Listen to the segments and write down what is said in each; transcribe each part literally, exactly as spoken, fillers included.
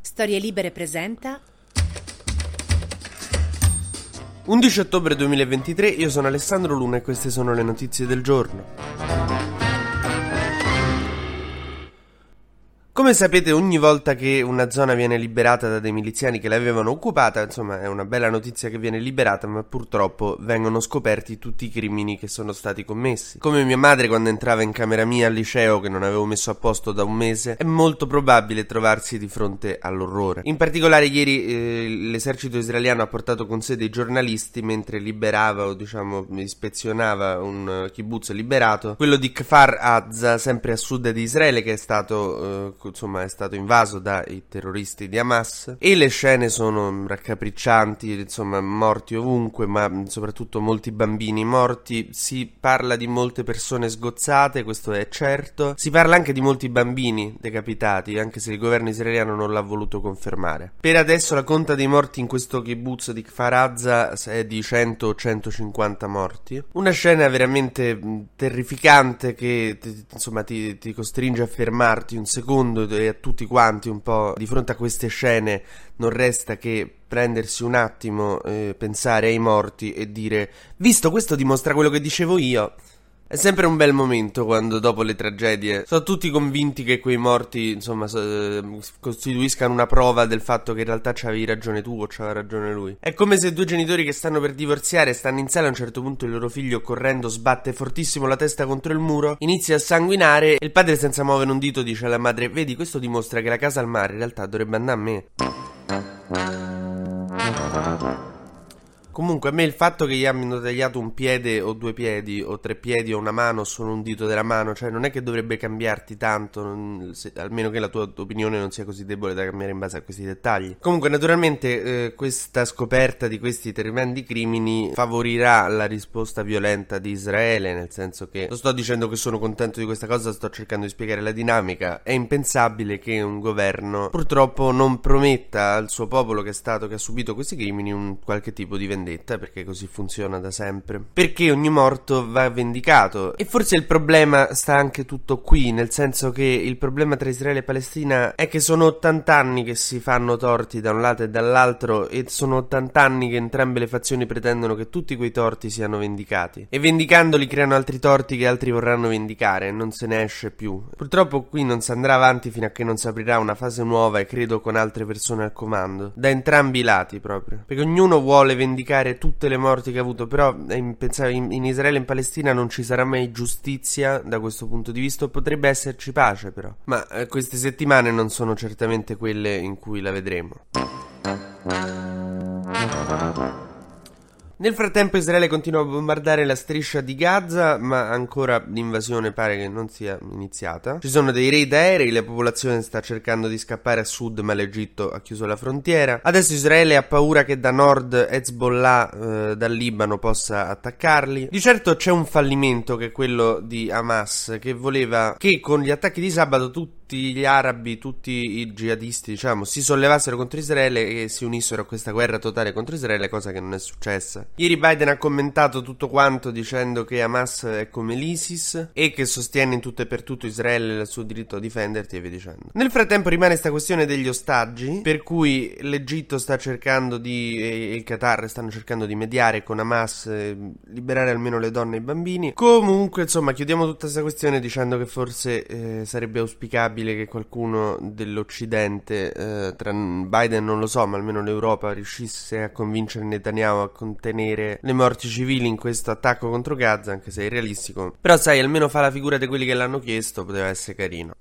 Storie Libere presenta undici ottobre duemilaventitré, io sono Alessandro Luna e queste sono le notizie del giorno. Come sapete, ogni volta che una zona viene liberata da dei miliziani che l'avevano occupata, insomma è una bella notizia che viene liberata, ma purtroppo vengono scoperti tutti i crimini che sono stati commessi. Come mia madre quando entrava in camera mia al liceo che non avevo messo a posto da un mese, è molto probabile trovarsi di fronte all'orrore. In particolare ieri eh, l'esercito israeliano ha portato con sé dei giornalisti mentre liberava o diciamo ispezionava un uh, kibbutz liberato, quello di Kfar Aza, sempre a sud di Israele, che è stato... Uh, insomma è stato invaso dai terroristi di Hamas, e le scene sono raccapriccianti, insomma morti ovunque, ma soprattutto molti bambini morti. Si parla di molte persone sgozzate, questo è certo. Si parla anche di molti bambini decapitati, anche se il governo israeliano non l'ha voluto confermare. Per adesso la conta dei morti in questo kibbutz di Kfar Aza è di cento o centocinquanta morti. Una scena veramente terrificante che insomma ti, ti costringe a fermarti un secondo, e a tutti quanti un po' di fronte a queste scene non resta che prendersi un attimo, eh, pensare ai morti e dire: visto, questo dimostra quello che dicevo io. È sempre un bel momento quando dopo le tragedie sono tutti convinti che quei morti insomma so, costituiscano una prova del fatto che in realtà c'avevi ragione tu o c'aveva ragione lui. È come se due genitori che stanno per divorziare stanno in sala, a un certo punto il loro figlio correndo sbatte fortissimo la testa contro il muro, inizia a sanguinare e il padre senza muovere un dito dice alla madre: vedi, questo dimostra che la casa al mare in realtà dovrebbe andare a me. Comunque a me il fatto che gli abbiano tagliato un piede o due piedi o tre piedi o una mano o solo un dito della mano, cioè non è che dovrebbe cambiarti tanto, non, se, almeno che la tua opinione non sia così debole da cambiare in base a questi dettagli. Comunque naturalmente eh, questa scoperta di questi tremendi crimini favorirà la risposta violenta di Israele, nel senso che non sto dicendo che sono contento di questa cosa, sto cercando di spiegare la dinamica. È impensabile che un governo purtroppo non prometta al suo popolo che è stato, che ha subito questi crimini, un qualche tipo di vendetta, perché così funziona da sempre, perché ogni morto va vendicato. E forse il problema sta anche tutto qui, nel senso che il problema tra Israele e Palestina è che sono ottanta anni che si fanno torti da un lato e dall'altro, e sono ottanta anni che entrambe le fazioni pretendono che tutti quei torti siano vendicati, e vendicandoli creano altri torti che altri vorranno vendicare, e non se ne esce più. Purtroppo qui non si andrà avanti fino a che non si aprirà una fase nuova, e credo con altre persone al comando, da entrambi i lati proprio, perché ognuno vuole vendicare tutte le morti che ha avuto, però in, in, in Israele e in Palestina non ci sarà mai giustizia da questo punto di vista. Potrebbe esserci pace però, ma eh, queste settimane non sono certamente quelle in cui la vedremo. Nel frattempo Israele continua a bombardare la striscia di Gaza, ma ancora l'invasione pare che non sia iniziata. Ci sono dei raid aerei, la popolazione sta cercando di scappare a sud, ma l'Egitto ha chiuso la frontiera. Adesso Israele ha paura che da nord Hezbollah, eh, dal Libano, possa attaccarli. Di certo c'è un fallimento, che è quello di Hamas, che voleva che con gli attacchi di sabato tutti gli arabi, tutti i jihadisti, diciamo, si sollevassero contro Israele e si unissero a questa guerra totale contro Israele, cosa che non è successa. Ieri Biden ha commentato tutto quanto dicendo che Hamas è come l'ISIS e che sostiene in tutto e per tutto Israele il suo diritto a difenderti e via dicendo. Nel frattempo rimane sta questione degli ostaggi, per cui l'Egitto sta cercando di e il Qatar stanno cercando di mediare con Hamas, eh, liberare almeno le donne e i bambini. Comunque insomma chiudiamo tutta questa questione dicendo che forse eh, sarebbe auspicabile che qualcuno dell'Occidente, eh, tra Biden non lo so, ma almeno l'Europa, riuscisse a convincere Netanyahu a contenere le morti civili in questo attacco contro Gaza, anche se è irrealistico. Però sai, almeno fa la figura di quelli che l'hanno chiesto, poteva essere carino.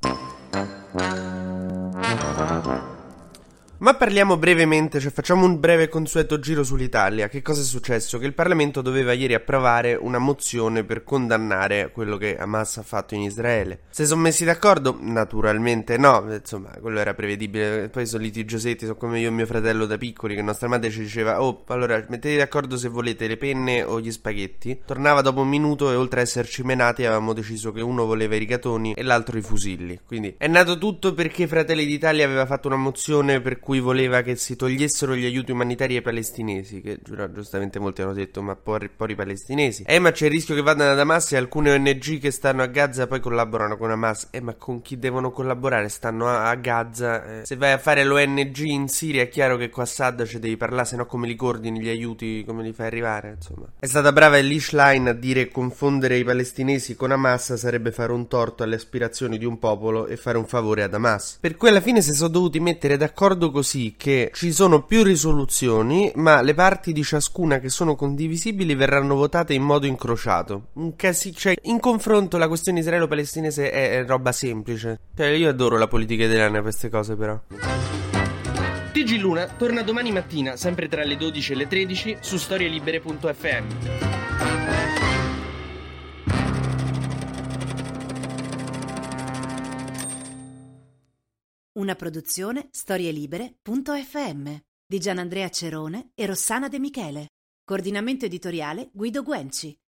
Ma parliamo brevemente, cioè facciamo un breve consueto giro sull'Italia. Che cosa è successo? Che il Parlamento doveva ieri approvare una mozione per condannare quello che Hamas ha fatto in Israele. Si sono messi d'accordo? Naturalmente no, insomma, quello era prevedibile. Poi sono litigiosetti, sono come io e mio fratello da piccoli, che nostra madre ci diceva: oh, allora mettete d'accordo se volete le penne o gli spaghetti. Tornava dopo un minuto e oltre a esserci menati avevamo deciso che uno voleva i rigatoni e l'altro i fusilli. Quindi è nato tutto perché Fratelli d'Italia aveva fatto una mozione per cui cui voleva che si togliessero gli aiuti umanitari ai palestinesi, che giustamente molti hanno detto ma poi, poi i palestinesi. Eh ma c'è il rischio che vadano ad Hamas e alcune O N G che stanno a Gaza poi collaborano con Hamas. Eh ma con chi devono collaborare? Stanno a, a Gaza. Eh, se vai a fare l'O N G in Siria è chiaro che con Assad ci devi parlare, se no come li coordini gli aiuti, come li fai arrivare, insomma. È stata brava Elish Line a dire confondere i palestinesi con Hamas sarebbe fare un torto alle aspirazioni di un popolo e fare un favore ad Hamas. Per cui alla fine si sono dovuti mettere d'accordo così che ci sono più risoluzioni, ma le parti di ciascuna che sono condivisibili verranno votate in modo incrociato. Un casi- cioè, in confronto la questione israelo-palestinese è, è roba semplice. Cioè, io adoro la politica italiana per queste cose, però. T G Luna torna domani mattina, sempre tra le dodici e le tredici, su storielibere punto effe emme. Una produzione storielibere punto effe emme di Gianandrea Cerone e Rossana De Michele. Coordinamento editoriale Guido Guenci.